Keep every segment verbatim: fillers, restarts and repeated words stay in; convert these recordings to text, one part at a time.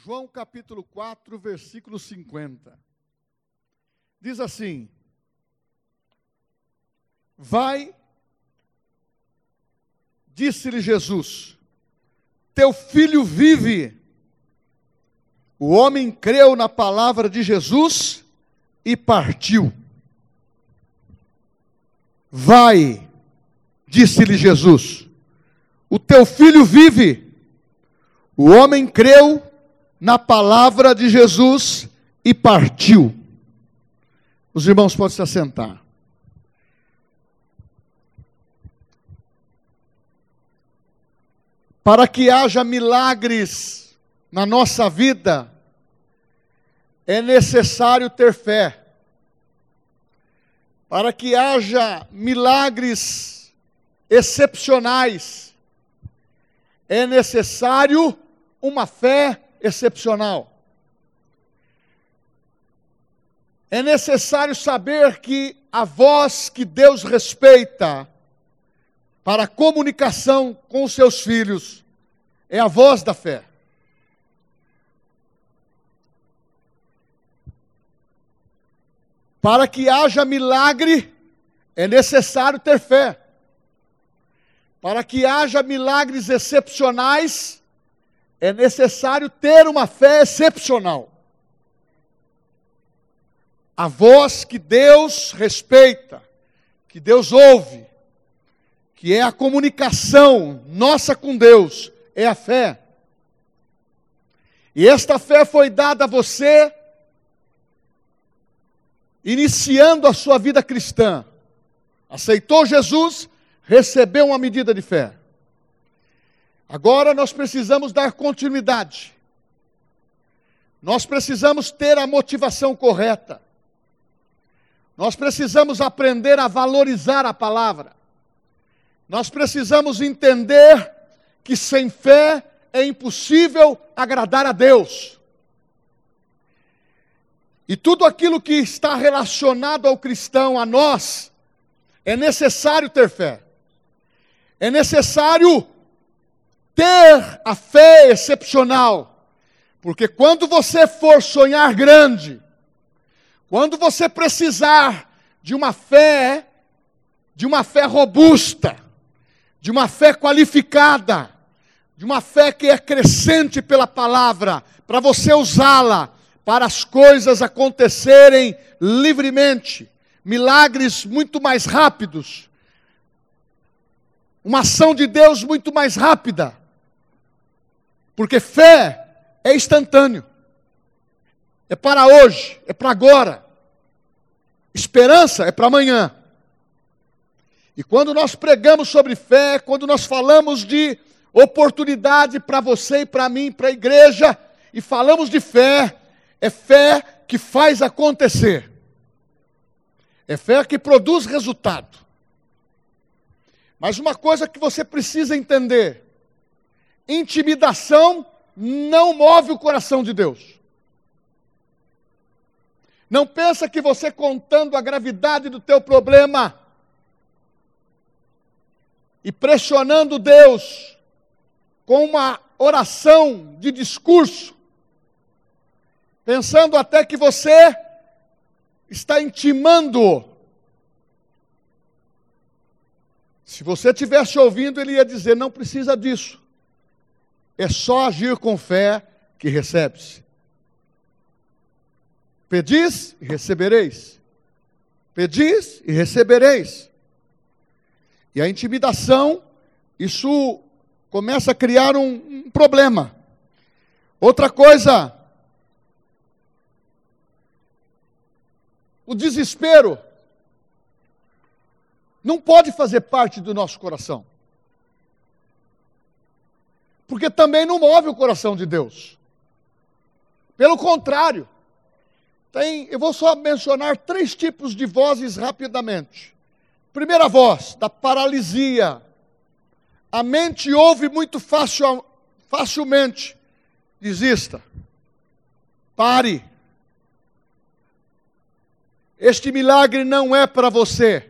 João capítulo quatro, versículo cinquenta. Diz assim: vai, disse-lhe Jesus, teu filho vive. O homem creu na palavra de Jesus e partiu. Vai, disse-lhe Jesus, o teu filho vive. O homem creu na palavra de Jesus e partiu. Os irmãos podem se assentar. Para que haja milagres na nossa vida, é necessário ter fé. Para que haja milagres excepcionais, é necessário uma fé excepcional. É necessário saber que a voz que Deus respeita para a comunicação com os seus filhos é a voz da fé. Para que haja milagre, é necessário ter fé. Para que haja milagres excepcionais, é necessário ter uma fé excepcional. A voz que Deus respeita, que Deus ouve, que é a comunicação nossa com Deus, é a fé. E esta fé foi dada a você iniciando a sua vida cristã. Aceitou Jesus, recebeu uma medida de fé. Agora nós precisamos dar continuidade. Nós precisamos ter a motivação correta. Nós precisamos aprender a valorizar a palavra. Nós precisamos entender que sem fé é impossível agradar a Deus. E tudo aquilo que está relacionado ao cristão, a nós, é necessário ter fé. É necessário ter a fé excepcional. Porque quando você for sonhar grande, quando você precisar de uma fé, de uma fé robusta, de uma fé qualificada, de uma fé que é crescente pela palavra, para você usá-la, para as coisas acontecerem livremente, milagres muito mais rápidos, uma ação de Deus muito mais rápida, porque fé é instantâneo, é para hoje, é para agora, esperança é para amanhã. E quando nós pregamos sobre fé, quando nós falamos de oportunidade para você e para mim, para a igreja, e falamos de fé, é fé que faz acontecer. É fé que produz resultado. Mas uma coisa que você precisa entender: intimidação não move o coração de Deus. Não pensa que você contando a gravidade do teu problema e pressionando Deus com uma oração de discurso, pensando até que você está intimando. Se você estivesse ouvindo, ele ia dizer: não precisa disso. É só agir com fé que recebe-se. Pedis e recebereis. Pedis e recebereis. E a intimidação, isso começa a criar um, um problema. Outra coisa, o desespero não pode fazer parte do nosso coração. Porque também não move o coração de Deus. Pelo contrário, tem, eu vou só mencionar três tipos de vozes rapidamente. Primeira voz, da paralisia. A mente ouve muito facil, facilmente. Desista. Pare. Este milagre não é para você.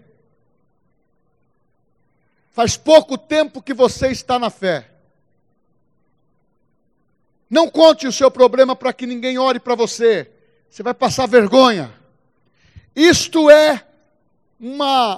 Faz pouco tempo que você está na fé. Não conte o seu problema para que ninguém ore para você. Você vai passar vergonha. Isto é uma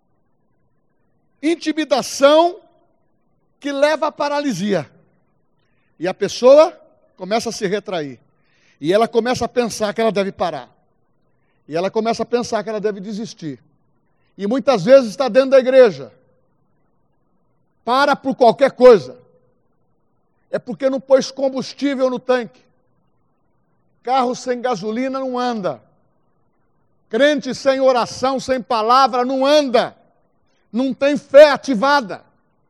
intimidação que leva à paralisia. E a pessoa começa a se retrair. E ela começa a pensar que ela deve parar. E ela começa a pensar que ela deve desistir. E muitas vezes está dentro da igreja. Para por qualquer coisa. É porque não pôs combustível no tanque. Carro sem gasolina não anda. Crente sem oração, sem palavra, não anda. Não tem fé ativada.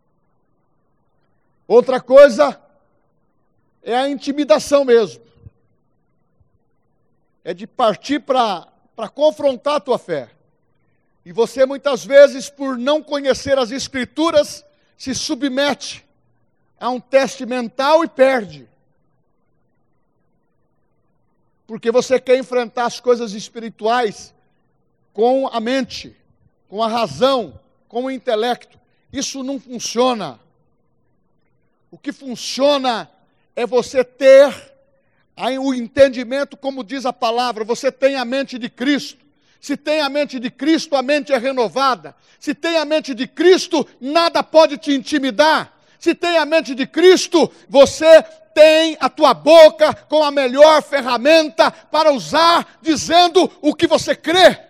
Outra coisa é a intimidação mesmo. É de partir para para confrontar a tua fé. E você muitas vezes, por não conhecer as Escrituras, se submete a um teste mental e perde. Porque você quer enfrentar as coisas espirituais com a mente, com a razão, com o intelecto. Isso não funciona. O que funciona é você ter o entendimento, como diz a palavra, você tem a mente de Cristo. Se tem a mente de Cristo, a mente é renovada. Se tem a mente de Cristo, nada pode te intimidar. Se tem a mente de Cristo, você tem a tua boca com a melhor ferramenta para usar, dizendo o que você crê.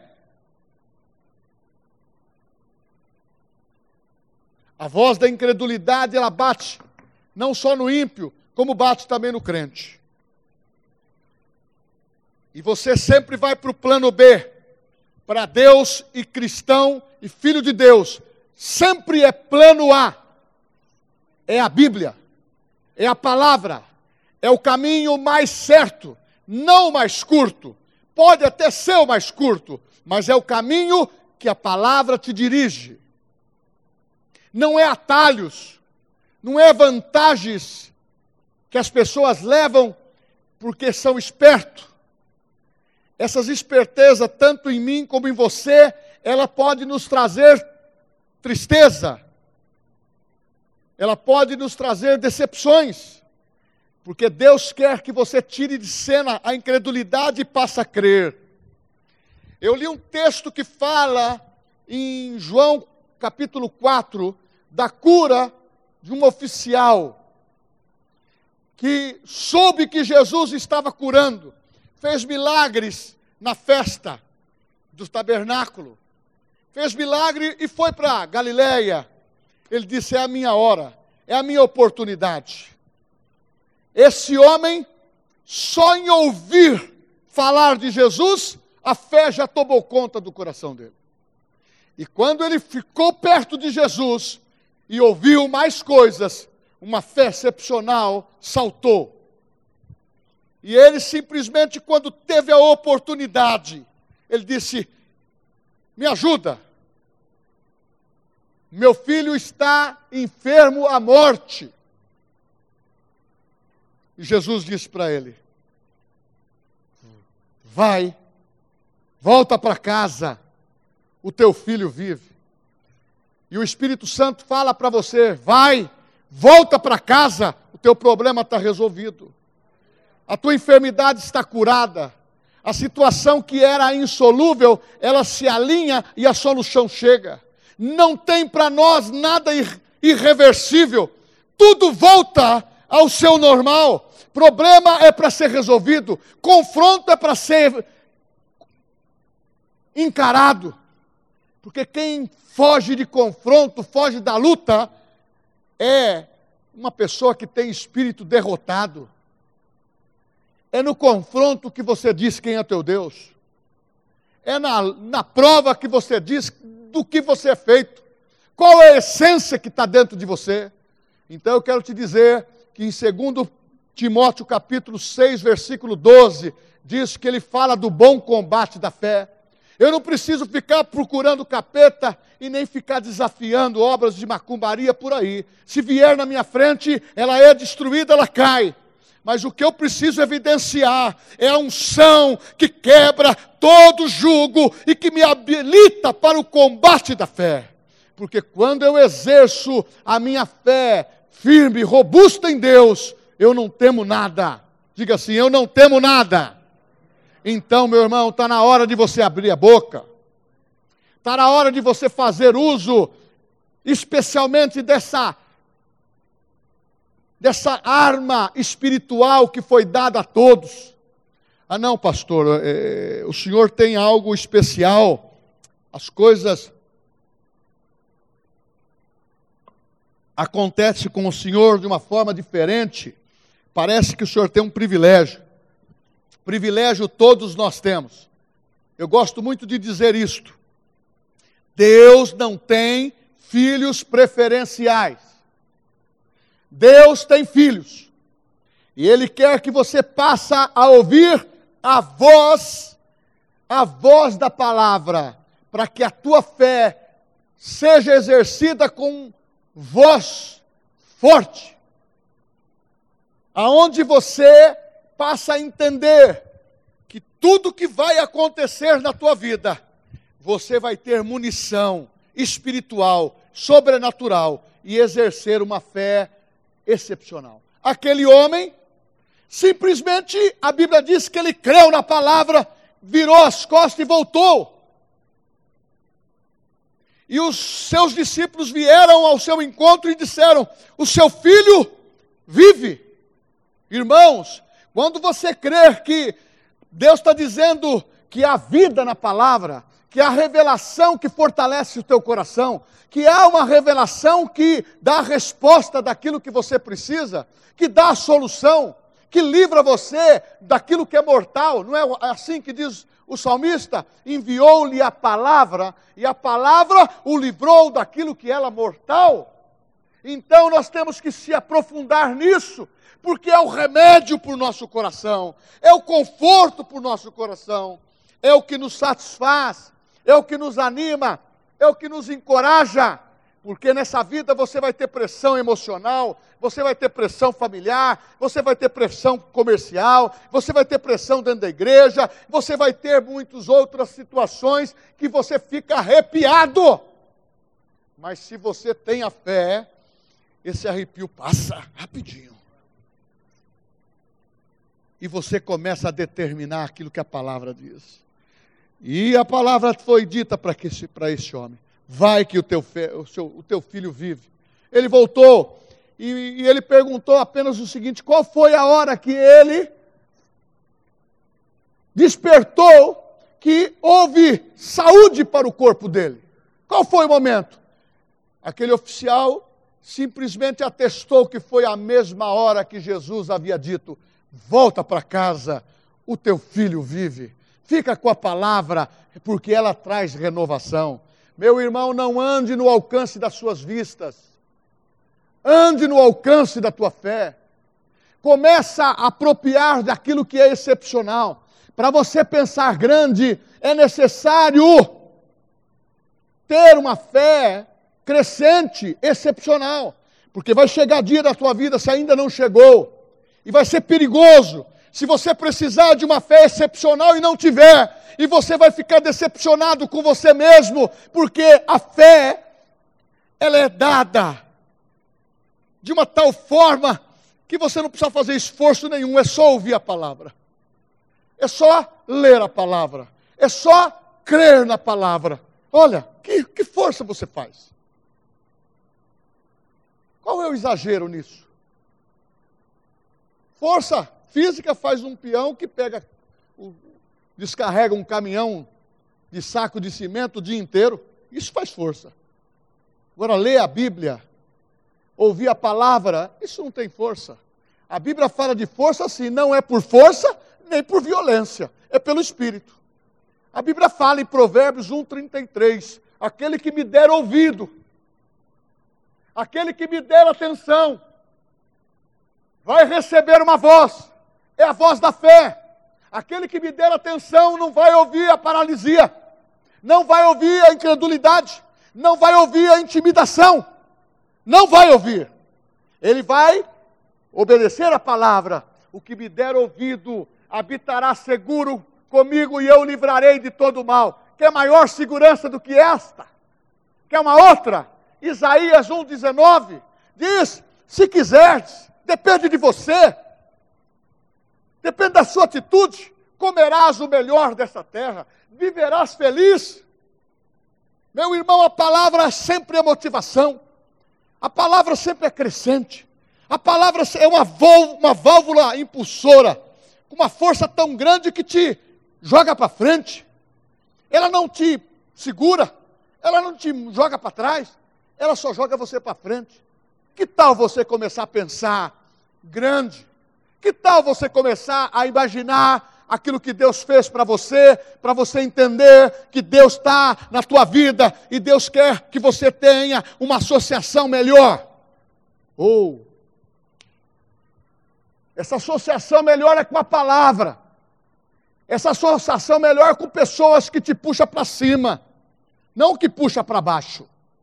A voz da incredulidade, ela bate, não só no ímpio, como bate também no crente. E você sempre vai para o plano B, para Deus e cristão e filho de Deus. Sempre é plano A. É a Bíblia, é a palavra, é o caminho mais certo, não o mais curto. Pode até ser o mais curto, mas é o caminho que a palavra te dirige. Não é atalhos, não é vantagens que as pessoas levam porque são espertos. Essas espertezas, tanto em mim como em você, ela pode nos trazer tristeza. Ela pode nos trazer decepções. Porque Deus quer que você tire de cena a incredulidade e passe a crer. Eu li um texto que fala em João capítulo quatro, da cura de um oficial que soube que Jesus estava curando. Fez milagres na festa do tabernáculo. Fez milagre e foi para Galileia. Ele disse, é a minha hora, é a minha oportunidade. Esse homem, só em ouvir falar de Jesus, a fé já tomou conta do coração dele. E quando ele ficou perto de Jesus e ouviu mais coisas, uma fé excepcional saltou. E ele simplesmente, quando teve a oportunidade, ele disse, me ajuda. Meu filho está enfermo à morte. E Jesus disse para ele, vai, volta para casa, o teu filho vive. E o Espírito Santo fala para você, vai, volta para casa, o teu problema está resolvido. A tua enfermidade está curada. A situação que era insolúvel, ela se alinha e a solução chega. Não tem para nós nada irreversível. Tudo volta ao seu normal. Problema é para ser resolvido. Confronto é para ser encarado. Porque quem foge de confronto, foge da luta, é uma pessoa que tem espírito derrotado. É no confronto que você diz quem é teu Deus. É na, na prova que você diz do que você é feito. Qual é a essência que está dentro de você. Então eu quero te dizer que em segundo Timóteo capítulo seis, versículo doze, diz que ele fala do bom combate da fé. Eu não preciso ficar procurando capeta e nem ficar desafiando obras de macumbaria por aí. Se vier na minha frente, ela é destruída, ela cai. Mas o que eu preciso evidenciar é a unção que quebra todo jugo e que me habilita para o combate da fé. Porque quando eu exerço a minha fé firme, robusta em Deus, eu não temo nada. Diga assim, eu não temo nada. Então, meu irmão, está na hora de você abrir a boca. Está na hora de você fazer uso, especialmente dessa, dessa arma espiritual que foi dada a todos. Ah não, pastor, é, o senhor tem algo especial. As coisas acontecem com o senhor de uma forma diferente. Parece que o senhor tem um privilégio. Privilégio todos nós temos. Eu gosto muito de dizer isto. Deus não tem filhos preferenciais. Deus tem filhos. E Ele quer que você passe a ouvir a voz, a voz da palavra, para que a tua fé seja exercida com voz forte. Aonde você passa a entender que tudo que vai acontecer na tua vida, você vai ter munição espiritual, sobrenatural e exercer uma fé excepcional. Aquele homem, simplesmente, a Bíblia diz que ele creu na palavra, virou as costas e voltou. E os seus discípulos vieram ao seu encontro e disseram, o seu filho vive. Irmãos, quando você crer que Deus está dizendo que há vida na palavra, que há revelação que fortalece o teu coração, que há uma revelação que dá a resposta daquilo que você precisa, que dá a solução, que livra você daquilo que é mortal. Não é assim que diz o salmista? Enviou-lhe a palavra, e a palavra o livrou daquilo que era mortal. Então nós temos que se aprofundar nisso, porque é o remédio para o nosso coração, é o conforto para o nosso coração, é o que nos satisfaz, é o que nos anima, é o que nos encoraja, porque nessa vida você vai ter pressão emocional, você vai ter pressão familiar, você vai ter pressão comercial, você vai ter pressão dentro da igreja, você vai ter muitas outras situações que você fica arrepiado. Mas se você tem a fé, esse arrepio passa rapidinho. E você começa a determinar aquilo que a palavra diz. E a palavra foi dita para esse, para esse homem. Vai que o teu, o, seu, o teu filho vive. Ele voltou e, e ele perguntou apenas o seguinte, qual foi a hora que ele despertou que houve saúde para o corpo dele? Qual foi o momento? Aquele oficial simplesmente atestou que foi a mesma hora que Jesus havia dito, volta para casa, o teu filho vive. Fica com a palavra, porque ela traz renovação. Meu irmão, não ande no alcance das suas vistas. Ande no alcance da tua fé. Começa a apropriar daquilo que é excepcional. Para você pensar grande, é necessário ter uma fé crescente, excepcional. Porque vai chegar dia da tua vida, se ainda não chegou, e vai ser perigoso se você precisar de uma fé excepcional e não tiver, e você vai ficar decepcionado com você mesmo, porque a fé, ela é dada de uma tal forma que você não precisa fazer esforço nenhum, é só ouvir a palavra, é só ler a palavra, é só crer na palavra. Olha, que, que força você faz? Qual é o exagero nisso? Força física faz um peão que pega, descarrega um caminhão de saco de cimento o dia inteiro. Isso faz força. Agora, ler a Bíblia, ouvir a palavra, isso não tem força. A Bíblia fala de força assim, não é por força, nem por violência, é pelo Espírito. A Bíblia fala em Provérbios um, trinta e três, aquele que me der ouvido, aquele que me der atenção, vai receber uma voz, é a voz da fé. Aquele que me der atenção não vai ouvir a paralisia, não vai ouvir a incredulidade, não vai ouvir a intimidação, não vai ouvir. Ele vai obedecer a palavra. O que me der ouvido habitará seguro comigo e eu o livrarei de todo mal. Quer maior segurança do que esta? Quer uma outra? Isaías um, dezenove diz, se quiserdes, depende de você, depende da sua atitude. Comerás o melhor dessa terra, viverás feliz. Meu irmão, a palavra sempre é motivação, a palavra sempre é crescente, a palavra é uma válvula, uma válvula impulsora, com uma força tão grande que te joga para frente. Ela não te segura, ela não te joga para trás, ela só joga você para frente. Que tal você começar a pensar grande? Que tal você começar a imaginar aquilo que Deus fez para você, para você entender que Deus está na tua vida e Deus quer que você tenha uma associação melhor? Ou, essa associação melhor é com a palavra. Essa associação melhor é com pessoas que te puxam para cima, não que puxa para baixo.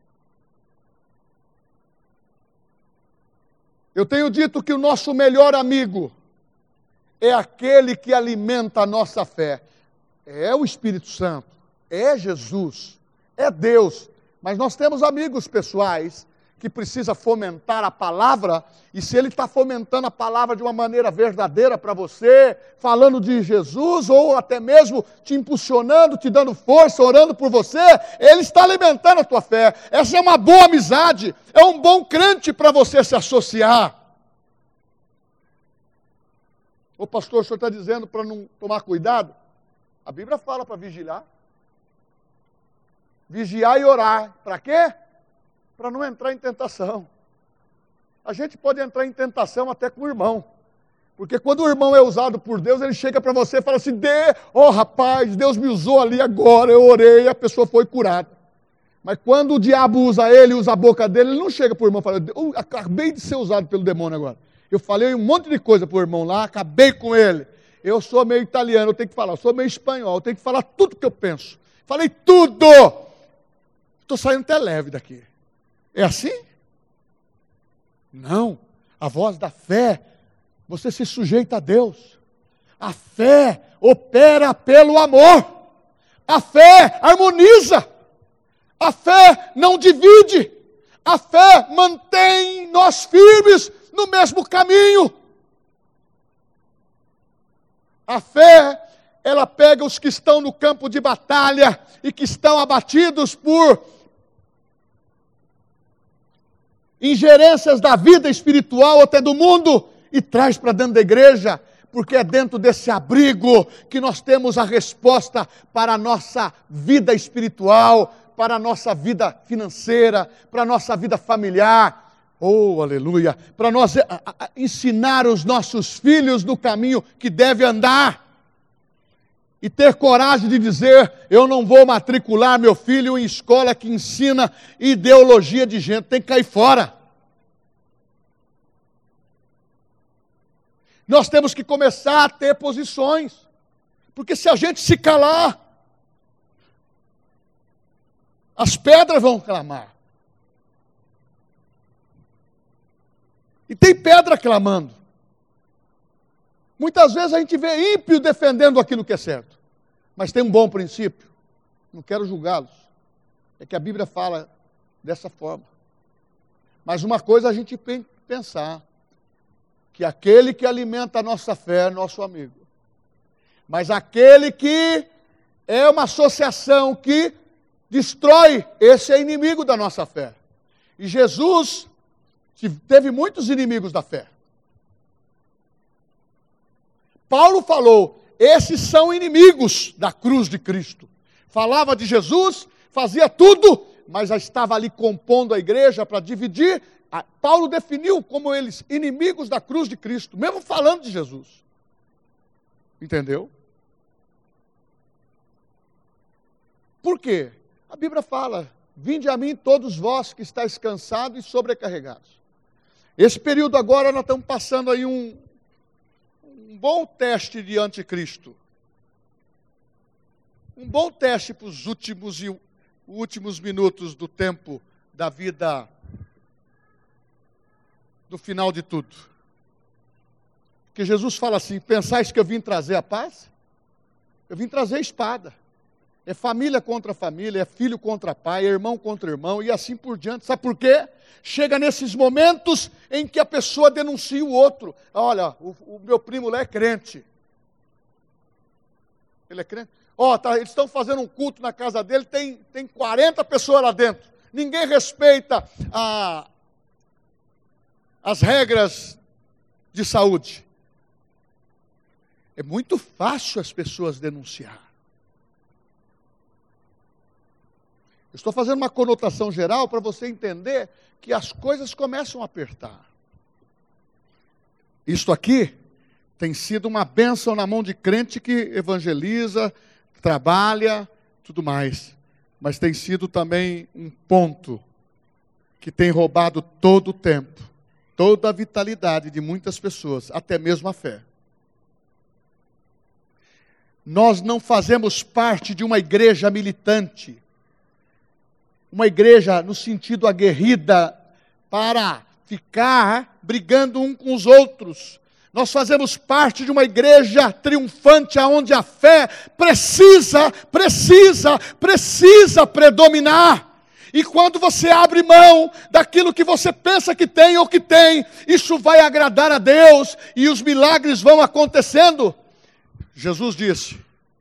Eu tenho dito que o nosso melhor amigo é aquele que alimenta a nossa fé. É o Espírito Santo, é Jesus, é Deus. Mas nós temos amigos pessoais que precisam fomentar a palavra, e se ele está fomentando a palavra de uma maneira verdadeira para você, falando de Jesus, ou até mesmo te impulsionando, te dando força, orando por você, ele está alimentando a tua fé. Essa é uma boa amizade, é um bom crente para você se associar. Ô pastor, o senhor está dizendo para não tomar cuidado? A Bíblia fala para vigiar. Vigiar e orar. Para quê? Para não entrar em tentação. A gente pode entrar em tentação até com o irmão. Porque quando o irmão é usado por Deus, ele chega para você e fala assim: Dê, ó rapaz, Deus me usou ali agora, eu orei e a pessoa foi curada. Mas quando o diabo usa ele, usa a boca dele, ele não chega para o irmão e fala: Eu acabei de ser usado pelo demônio agora. Eu falei um monte de coisa para o irmão lá, acabei com ele. Eu sou meio italiano, eu tenho que falar, eu sou meio espanhol, eu tenho que falar tudo que eu penso. Falei tudo! Estou saindo até leve daqui. É assim? Não. A voz da fé, você se sujeita a Deus. A fé opera pelo amor. A fé harmoniza. A fé não divide. A fé mantém nós firmes no mesmo caminho. A fé, ela pega os que estão no campo de batalha e que estão abatidos por ingerências da vida espiritual até do mundo e traz para dentro da igreja, porque é dentro desse abrigo que nós temos a resposta para a nossa vida espiritual, para a nossa vida financeira, para a nossa vida familiar. Oh, aleluia! Para nós a, a, ensinar os nossos filhos no caminho que deve andar. E ter coragem de dizer: eu não vou matricular meu filho em escola que ensina ideologia de gênero. Tem que cair fora. Nós temos que começar a ter posições. Porque se a gente se calar, as pedras vão clamar. E tem pedra clamando. Muitas vezes a gente vê ímpio defendendo aquilo que é certo. Mas tem um bom princípio. Não quero julgá-los. É que a Bíblia fala dessa forma. Mas uma coisa a gente tem que pensar. Que aquele que alimenta a nossa fé é nosso amigo. Mas aquele que é uma associação que destrói, esse é inimigo da nossa fé. E Jesus teve muitos inimigos da fé. Paulo falou: esses são inimigos da cruz de Cristo. Falava de Jesus, fazia tudo, mas já estava ali compondo a igreja para dividir. Paulo definiu como eles inimigos da cruz de Cristo, mesmo falando de Jesus. Entendeu? Por quê? A Bíblia fala: vinde a mim todos vós que estáis cansados e sobrecarregados. Esse período agora nós estamos passando aí um, um bom teste de anticristo. Um bom teste para os últimos e últimos minutos do tempo da vida, do final de tudo. Porque Jesus fala assim: pensais que eu vim trazer a paz? Eu vim trazer a espada. É família contra família, é filho contra pai, é irmão contra irmão e assim por diante. Sabe por quê? Chega nesses momentos em que a pessoa denuncia o outro. Olha, o, o meu primo lá é crente. Ele é crente? Ó, oh, tá, eles estão fazendo um culto na casa dele, tem, tem quarenta pessoas lá dentro. Ninguém respeita a, as regras de saúde. É muito fácil as pessoas denunciar. Eu estou fazendo uma conotação geral para você entender que as coisas começam a apertar. Isto aqui tem sido uma bênção na mão de crente que evangeliza, trabalha, tudo mais. Mas tem sido também um ponto que tem roubado todo o tempo, toda a vitalidade de muitas pessoas, até mesmo a fé. Nós não fazemos parte de uma igreja militante, uma igreja no sentido aguerrida para ficar brigando um com os outros. Nós fazemos parte de uma igreja triunfante, onde a fé precisa, precisa, precisa predominar. E quando você abre mão daquilo que você pensa que tem ou que tem, isso vai agradar a Deus e os milagres vão acontecendo. Jesus disse: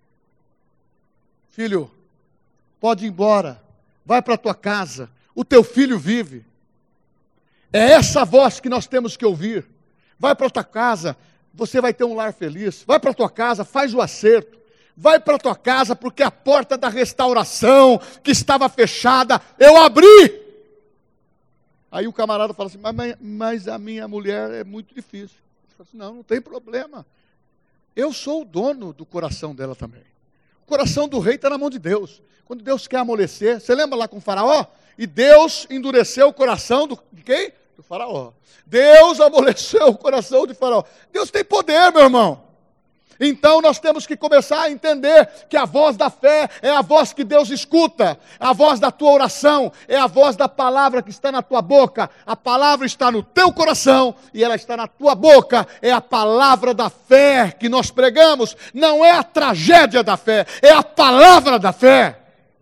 filho, pode ir embora, vai para a tua casa, o teu filho vive. É essa voz que nós temos que ouvir. Vai para a tua casa, você vai ter um lar feliz. Vai para a tua casa, faz o acerto. Vai para a tua casa, porque a porta da restauração que estava fechada, eu abri. Aí o camarada fala assim, mas, mas a minha mulher é muito difícil. Eu falo assim, não, não tem problema. Eu sou o dono do coração dela também. O coração do rei está na mão de Deus. Quando Deus quer amolecer, você lembra lá com o faraó? E Deus endureceu o coração do, de quem? Do faraó. Deus amoleceu o coração de faraó. Deus tem poder, meu irmão. Então nós temos que começar a entender que a voz da fé é a voz que Deus escuta, a voz da tua oração, é a voz da palavra que está na tua boca. A palavra está no teu coração e ela está na tua boca. É a palavra da fé que nós pregamos, não é a tragédia da fé, é a palavra da fé.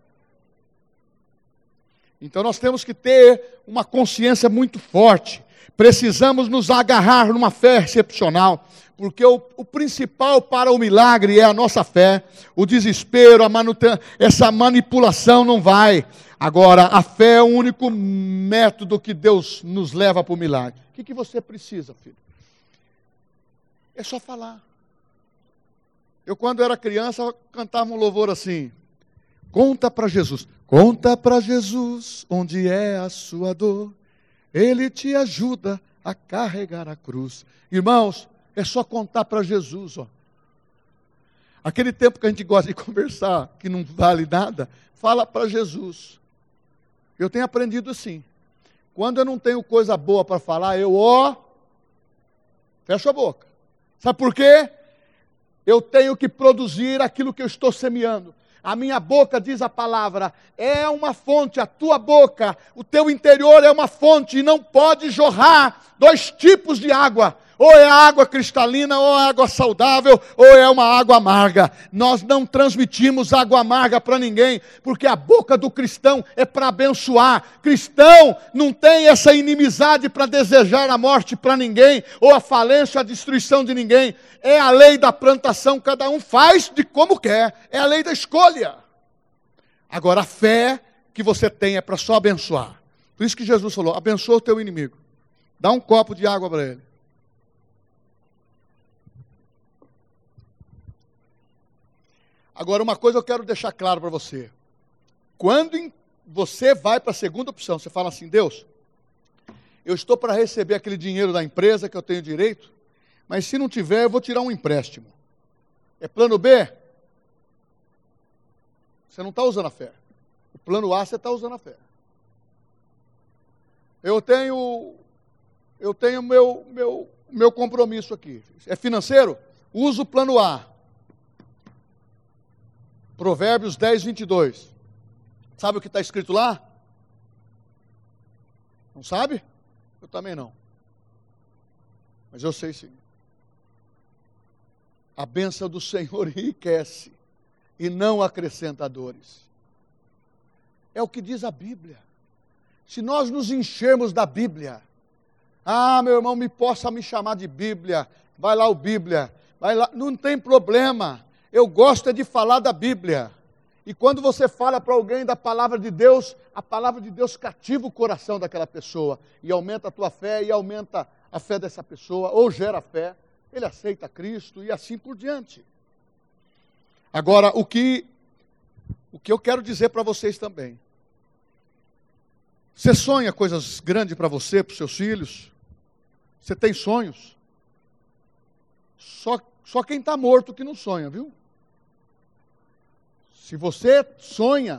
Então nós temos que ter uma consciência muito forte. Precisamos nos agarrar numa fé excepcional, porque o, o principal para o milagre é a nossa fé. O desespero, a manuten- essa manipulação não vai. Agora, a fé é o único método que Deus nos leva para o milagre. O que, que você precisa, filho? É só falar. Eu, quando era criança, cantava um louvor assim: conta para Jesus, conta para Jesus onde é a sua dor. Ele te ajuda a carregar a cruz. Irmãos, é só contar para Jesus, ó. Aquele tempo que a gente gosta de conversar, que não vale nada, fala para Jesus. Eu tenho aprendido assim. Quando eu não tenho coisa boa para falar, eu, ó, fecho a boca. Sabe por quê? Eu tenho que produzir aquilo que eu estou semeando. A minha boca, diz a palavra, é uma fonte, a tua boca, o teu interior é uma fonte, e não pode jorrar dois tipos de água. Ou é água cristalina, ou é água saudável, ou é uma água amarga. Nós não transmitimos água amarga para ninguém, porque a boca do cristão é para abençoar. Cristão não tem essa inimizade para desejar a morte para ninguém, ou a falência, a destruição de ninguém. É a lei da plantação, cada um faz de como quer. É a lei da escolha. Agora, a fé que você tem é para só abençoar. Por isso que Jesus falou, abençoa o teu inimigo. Dá um copo de água para ele. Agora, uma coisa eu quero deixar claro para você. Quando você vai para a segunda opção, você fala assim, Deus, eu estou para receber aquele dinheiro da empresa que eu tenho direito, mas se não tiver, eu vou tirar um empréstimo. É plano B? Você não está usando a fé. O plano A, você está usando a fé. Eu tenho, eu tenho meu, meu, meu compromisso aqui. É financeiro? Uso o plano A. Provérbios dez, vinte e dois. Sabe o que está escrito lá? Não sabe? Eu também não. Mas eu sei sim. A bênção do Senhor enriquece e não acrescentadores. É o que diz a Bíblia. Se nós nos enchermos da Bíblia, ah, meu irmão, me possa me chamar de Bíblia, vai lá o Bíblia, vai lá, não tem problema, eu gosto é de falar da Bíblia. E quando você fala para alguém da palavra de Deus, a palavra de Deus cativa o coração daquela pessoa, e aumenta a tua fé, e aumenta a fé dessa pessoa, ou gera fé, ele aceita Cristo, e assim por diante. Agora, o que, o que eu quero dizer para vocês também, você sonha coisas grandes para você, para os seus filhos? Você tem sonhos? Só, só quem está morto que não sonha, viu? Se você sonha,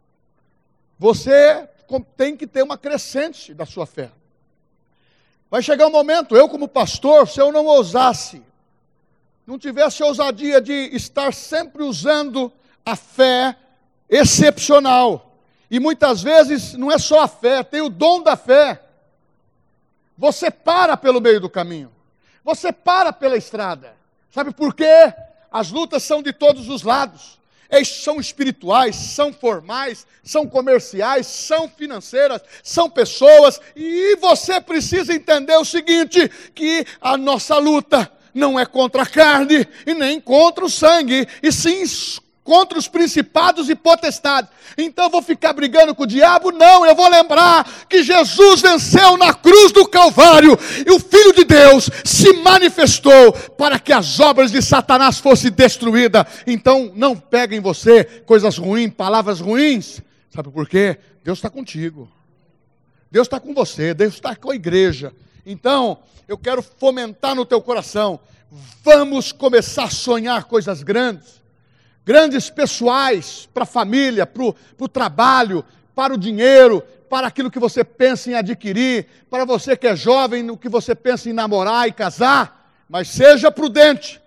você tem que ter uma crescente da sua fé. Vai chegar um momento, eu como pastor, se eu não ousasse, não tivesse ousadia de estar sempre usando a fé excepcional, e muitas vezes não é só a fé, tem o dom da fé. Você para pelo meio do caminho. Você para pela estrada. Sabe por quê? As lutas são de todos os lados. Eles são espirituais, são formais, são comerciais, são financeiras, são pessoas. E você precisa entender o seguinte, que a nossa luta não é contra a carne e nem contra o sangue, e sim contra os principados e potestades. Então eu vou ficar brigando com o diabo? Não, eu vou lembrar que Jesus venceu na cruz do Calvário, e o Filho de Deus se manifestou para que as obras de Satanás fossem destruídas. Então não peguem em você coisas ruins, palavras ruins. Sabe por quê? Deus está contigo. Deus está com você, Deus está com a igreja. Então, eu quero fomentar no teu coração, vamos começar a sonhar coisas grandes. Grandes pessoais, para a família, para o trabalho, para o dinheiro, para aquilo que você pensa em adquirir, para você que é jovem, no que você pensa em namorar e casar, mas seja prudente.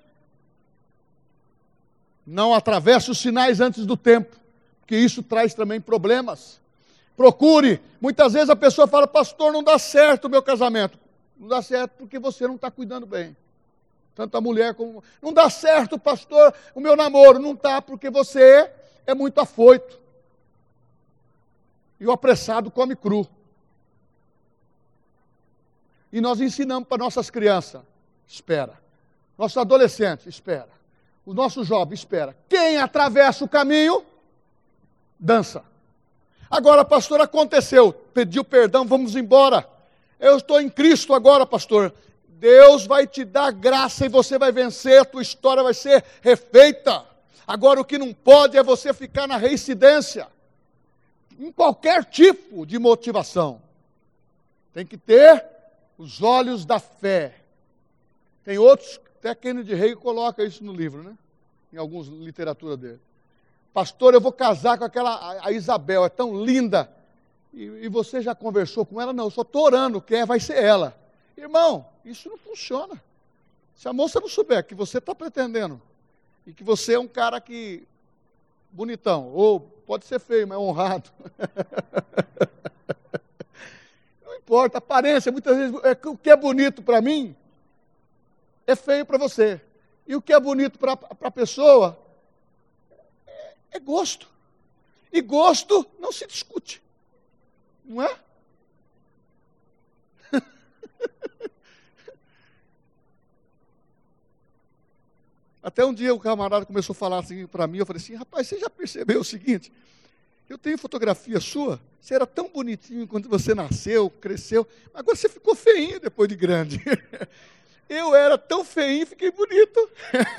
Não atravesse os sinais antes do tempo, porque isso traz também problemas. Procure, muitas vezes a pessoa fala, pastor, não dá certo o meu casamento. Não dá certo porque você não está cuidando bem. Tanto a mulher como... Não dá certo, pastor, o meu namoro. Não está, porque você é muito afoito. E o apressado come cru. E nós ensinamos para nossas crianças, espera. Nossos adolescentes, espera. O nosso jovem, espera. Quem atravessa o caminho, dança. Agora, pastor, aconteceu. Pediu perdão, vamos embora. Eu estou em Cristo agora, pastor. Deus vai te dar graça e você vai vencer, a tua história vai ser refeita. Agora o que não pode é você ficar na reincidência, em qualquer tipo de motivação. Tem que ter os olhos da fé. Tem outros, até Kennedy Reagan coloca isso no livro, né? Em algumas literatura dele. Pastor, eu vou casar com aquela, a, a Isabel, é tão linda. E, e você já conversou com ela? Não, eu só estou orando, quem vai ser ela. Irmão, isso não funciona. Se a moça não souber que você está pretendendo, e que você é um cara que, bonitão, ou pode ser feio, mas honrado. Não importa, aparência, muitas vezes, é, o que é bonito para mim, é feio para você. E o que é bonito para a pessoa, é, é gosto. E gosto não se discute. Não é? Até um dia o camarada começou a falar assim para mim, eu falei assim, rapaz, você já percebeu o seguinte? Eu tenho fotografia sua, você era tão bonitinho quando você nasceu, cresceu, agora você ficou feinho depois de grande. Eu era tão feinho e fiquei bonito.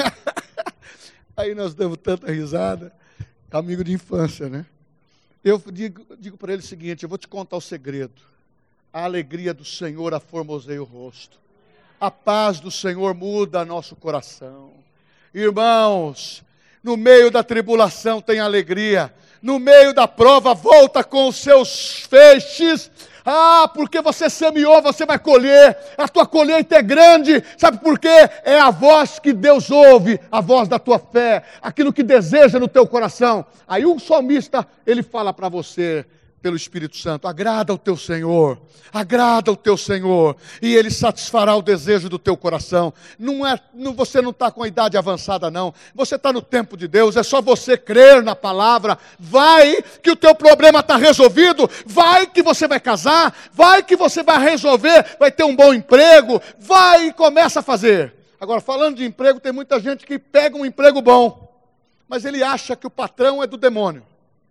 Aí nós damos tanta risada, amigo de infância, né? Eu digo, digo para ele o seguinte, eu vou te contar o segredo. A alegria do Senhor aformoseia o rosto. A paz do Senhor muda nosso coração. Irmãos, no meio da tribulação tem alegria, no meio da prova volta com os seus feixes. Ah, porque você semeou, você vai colher, a tua colheita é grande, sabe por quê? É a voz que Deus ouve, a voz da tua fé, aquilo que deseja no teu coração. Aí o salmista, ele fala para você, pelo Espírito Santo. Agrada o teu Senhor, agrada o teu Senhor, e Ele satisfará o desejo do teu coração. Não é, não, você não está com a idade avançada não, você está no tempo de Deus, é só você crer na palavra. Vai que o teu problema está resolvido, vai que você vai casar, vai que você vai resolver, vai ter um bom emprego, vai e começa a fazer. Agora, falando de emprego, tem muita gente que pega um emprego bom, mas ele acha que o patrão é do demônio.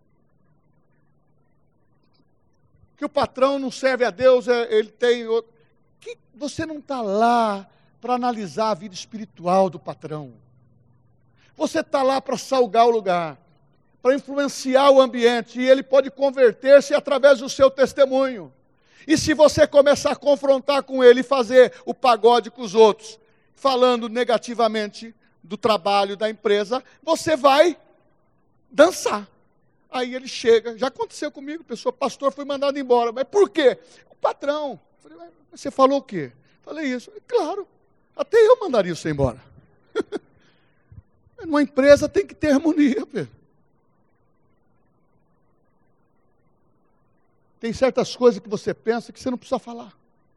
Que o patrão não serve a Deus, ele tem outro. Que você não está lá para analisar a vida espiritual do patrão. Você está lá para salgar o lugar, para influenciar o ambiente, e ele pode converter-se através do seu testemunho. E se você começar a confrontar com ele e fazer o pagode com os outros, falando negativamente do trabalho da empresa, você vai dançar. Aí ele chega, já aconteceu comigo, pessoa, pastor foi mandado embora, mas por quê? O patrão. Falei, você falou o quê? Falei isso. Claro, até eu mandaria você embora. Numa empresa tem que ter harmonia, Pedro. Tem certas coisas que você pensa que você não precisa falar.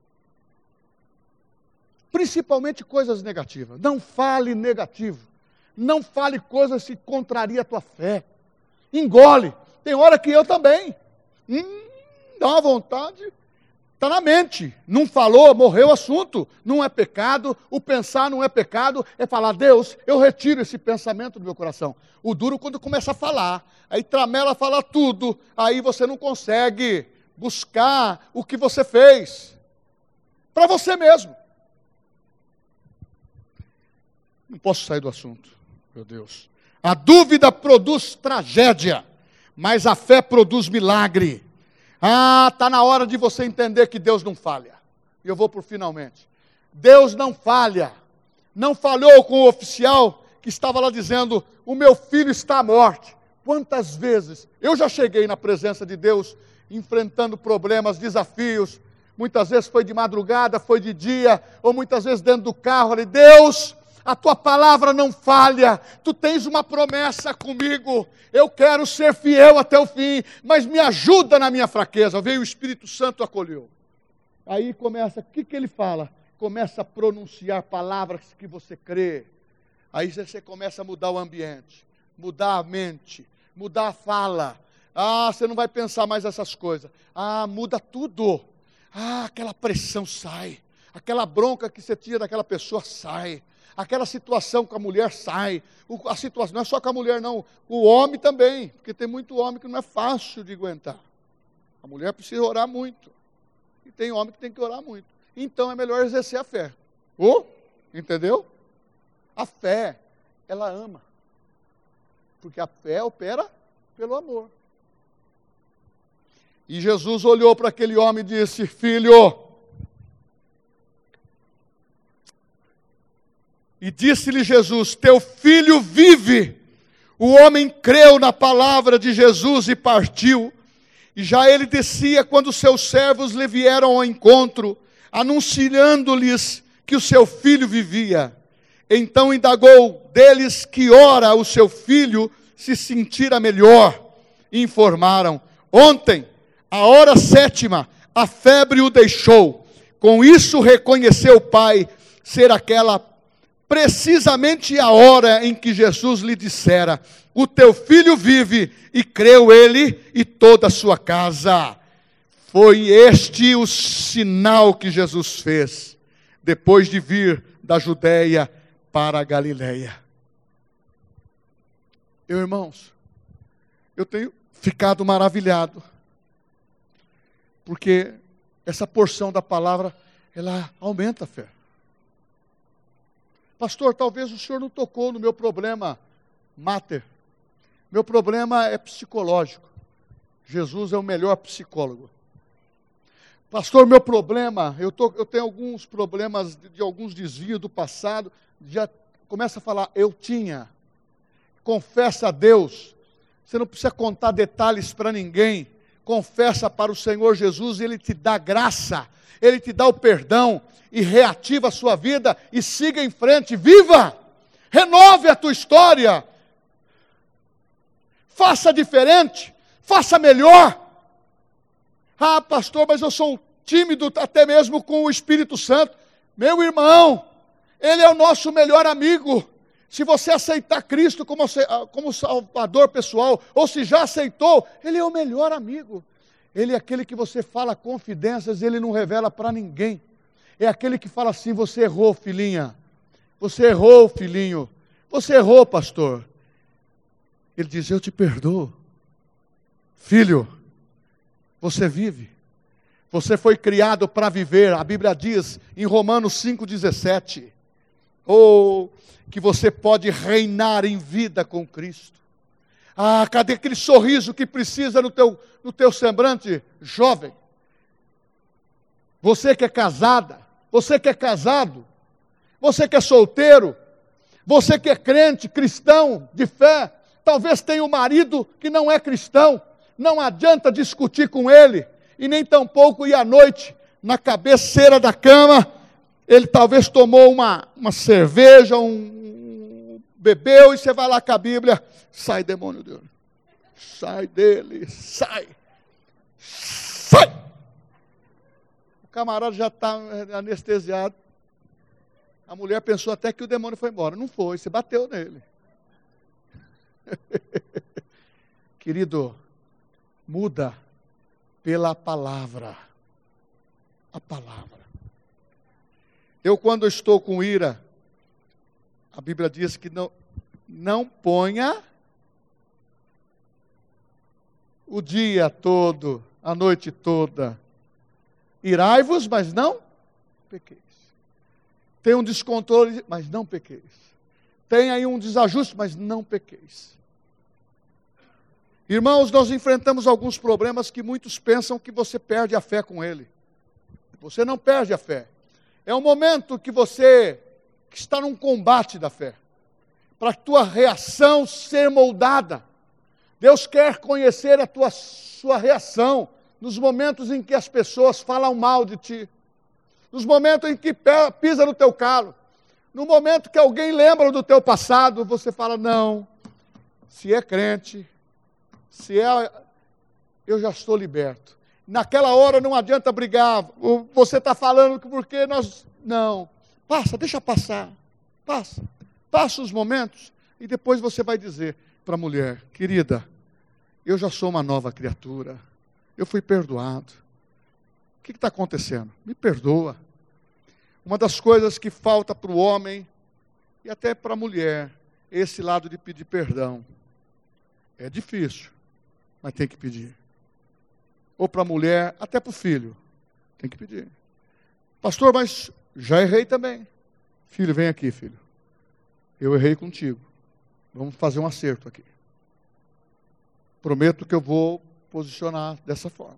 Principalmente coisas negativas. Não fale negativo. Não fale coisas que contrariam a tua fé. Engole. Tem hora que eu também. Hum, dá uma vontade. Está na mente. Não falou, morreu o assunto. Não é pecado. O pensar não é pecado. É falar, Deus, eu retiro esse pensamento do meu coração. O duro quando começa a falar. Aí tramela fala tudo. Aí você não consegue buscar o que você fez. Para você mesmo. Não posso sair do assunto. Meu Deus. A dúvida produz tragédia, mas a fé produz milagre. Ah, está na hora de você entender que Deus não falha. E eu vou por finalmente. Deus não falha. Não falhou com o oficial que estava lá dizendo, o meu filho está à morte. Quantas vezes eu já cheguei na presença de Deus, enfrentando problemas, desafios. Muitas vezes foi de madrugada, foi de dia, ou muitas vezes dentro do carro. Ali, Deus, a tua palavra não falha, tu tens uma promessa comigo, eu quero ser fiel até o fim, mas me ajuda na minha fraqueza. Veio o Espírito Santo, acolheu. Aí começa, o que, que ele fala? Começa a pronunciar palavras que você crê. Aí você começa a mudar o ambiente, mudar a mente, mudar a fala. Ah, você não vai pensar mais essas coisas. Ah, muda tudo. Ah, aquela pressão sai, aquela bronca que você tira daquela pessoa sai. Aquela situação com a mulher sai. O, a situação não é só com a mulher, não. O homem também. Porque tem muito homem que não é fácil de aguentar. A mulher precisa orar muito. E tem homem que tem que orar muito. Então é melhor exercer a fé. Oh, entendeu? A fé, ela ama. Porque a fé opera pelo amor. E Jesus olhou para aquele homem e disse, filho... E disse-lhe Jesus, teu filho vive. O homem creu na palavra de Jesus e partiu. E já ele descia quando seus servos lhe vieram ao encontro, anunciando-lhes que o seu filho vivia. Então indagou deles que hora o seu filho se sentira melhor. E informaram, ontem, a hora sétima, a febre o deixou. Com isso reconheceu o pai ser aquela precisamente a hora em que Jesus lhe dissera, o teu filho vive, e creu ele e toda a sua casa. Foi este o sinal que Jesus fez, depois de vir da Judéia para a Galileia. Eu, irmãos, eu tenho ficado maravilhado, porque essa porção da palavra, ela aumenta a fé. Pastor, talvez o senhor não tocou no meu problema mater. Meu problema é psicológico. Jesus é o melhor psicólogo. Pastor, meu problema, eu, tô, eu tenho alguns problemas de, de alguns desvios do passado. Já começa a falar, eu tinha. Confessa a Deus. Você não precisa contar detalhes para ninguém. Confessa para o Senhor Jesus e Ele te dá graça. Ele te dá o perdão e reativa a sua vida e siga em frente, viva, renove a tua história, faça diferente, faça melhor, Ah, pastor, mas eu sou tímido até mesmo com o Espírito Santo. Meu irmão, Ele é o nosso melhor amigo. Se você aceitar Cristo como, como Salvador pessoal, ou se já aceitou, Ele é o melhor amigo. Ele é aquele que você fala confidências, Ele não revela para ninguém. É aquele que fala assim, você errou, filhinha. Você errou, filhinho. Você errou, pastor. Ele diz, eu te perdoo. Filho, você vive. Você foi criado para viver. A Bíblia diz em Romanos cinco, dezessete. Ou que você pode reinar em vida com Cristo. Ah, cadê aquele sorriso que precisa no teu, no teu semblante, jovem? Você que é casada, você que é casado, você que é solteiro, você que é crente, cristão, de fé, talvez tenha um marido que não é cristão, não adianta discutir com ele, e nem tampouco ir à noite na cabeceira da cama, ele talvez tomou uma, uma cerveja, um, um bebeu, e você vai lá com a Bíblia, sai demônio dele, sai dele, sai, sai. O camarada já está anestesiado, a mulher pensou até que o demônio foi embora, não foi, você bateu nele. Querido, muda pela palavra, a palavra. Eu, quando estou com ira, a Bíblia diz que não, não ponha o dia todo, a noite toda. Irai-vos, mas não pequeis. Tem um descontrole, mas não pequeis. Tem aí um desajuste, mas não pequeis. Irmãos, nós enfrentamos alguns problemas que muitos pensam que você perde a fé com ele. Você não perde a fé. É um momento que você que está num combate da fé, para a tua reação ser moldada. Deus quer conhecer a tua sua reação nos momentos em que as pessoas falam mal de ti, nos momentos em que pisa no teu calo, no momento que alguém lembra do teu passado, você fala, não, se é crente, se é, eu já estou liberto. Naquela hora não adianta brigar, você está falando que porque nós... Não, passa, deixa passar, passa, passa os momentos, e depois você vai dizer para a mulher, querida, eu já sou uma nova criatura, eu fui perdoado. O que está acontecendo? Me perdoa. Uma das coisas que falta para o homem, e até para a mulher, é esse lado de pedir perdão. É difícil, mas tem que pedir. Ou para a mulher, até para o filho, tem que pedir. Pastor, mas já errei também. Filho, vem aqui, filho. Eu errei contigo. Vamos fazer um acerto aqui. Prometo que eu vou posicionar dessa forma.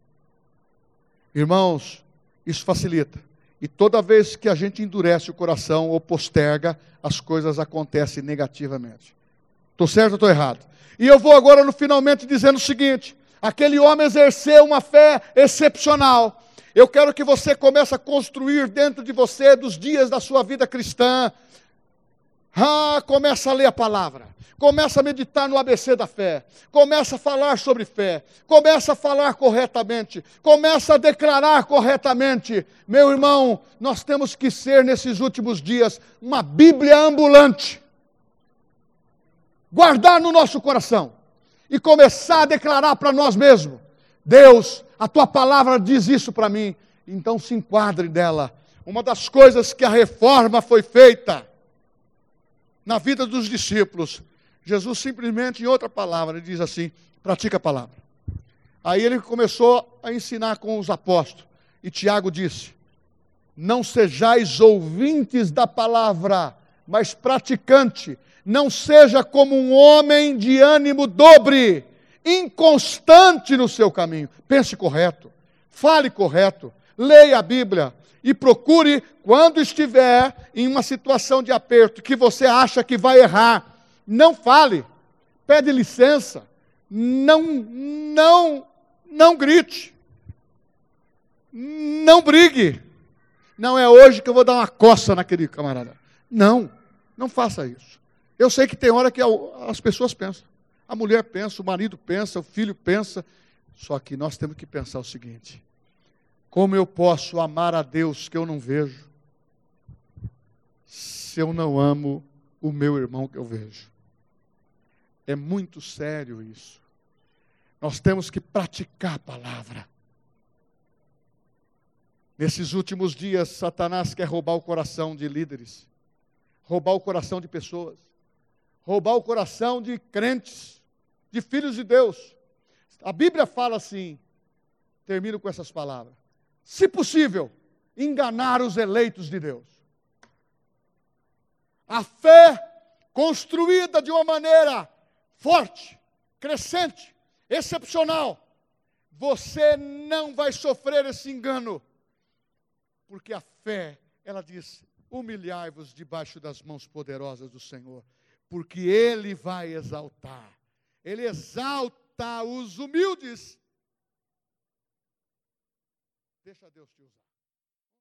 Irmãos, isso facilita. E toda vez que a gente endurece o coração ou posterga, as coisas acontecem negativamente. Estou certo ou estou errado? E eu vou agora no finalmente dizendo o seguinte, aquele homem exerceu uma fé excepcional. Eu quero que você comece a construir dentro de você, dos dias da sua vida cristã. Ah, começa a ler a palavra. Começa a meditar no A B C da fé. Começa a falar sobre fé. Começa a falar corretamente. Começa a declarar corretamente. Meu irmão, nós temos que ser, nesses últimos dias, uma Bíblia ambulante. Guardar no nosso coração. E começar a declarar para nós mesmos. Deus, a tua palavra diz isso para mim. Então se enquadre nela. Uma das coisas que a reforma foi feita na vida dos discípulos, Jesus simplesmente, em outra palavra, ele diz assim, pratica a palavra. Aí ele começou a ensinar com os apóstolos. E Tiago disse, não sejais ouvintes da palavra, mas praticante. Não seja como um homem de ânimo dobre, inconstante no seu caminho. Pense correto, fale correto, leia a Bíblia e procure, quando estiver em uma situação de aperto, que você acha que vai errar, não fale, pede licença, não, não, não grite, não brigue. Não é hoje que eu vou dar uma coça naquele camarada. Não, não faça isso. Eu sei que tem hora que as pessoas pensam. A mulher pensa, o marido pensa, o filho pensa. Só que nós temos que pensar o seguinte: como eu posso amar a Deus que eu não vejo, se eu não amo o meu irmão que eu vejo? É muito sério isso. Nós temos que praticar a palavra. Nesses últimos dias, Satanás quer roubar o coração de líderes, roubar o coração de pessoas, roubar o coração de crentes, de filhos de Deus. A Bíblia fala assim, termino com essas palavras: se possível, enganar os eleitos de Deus. A fé construída de uma maneira forte, crescente, excepcional, você não vai sofrer esse engano, porque a fé, ela diz: humilhai-vos debaixo das mãos poderosas do Senhor, porque Ele vai exaltar, Ele exalta os humildes. Deixa Deus te usar.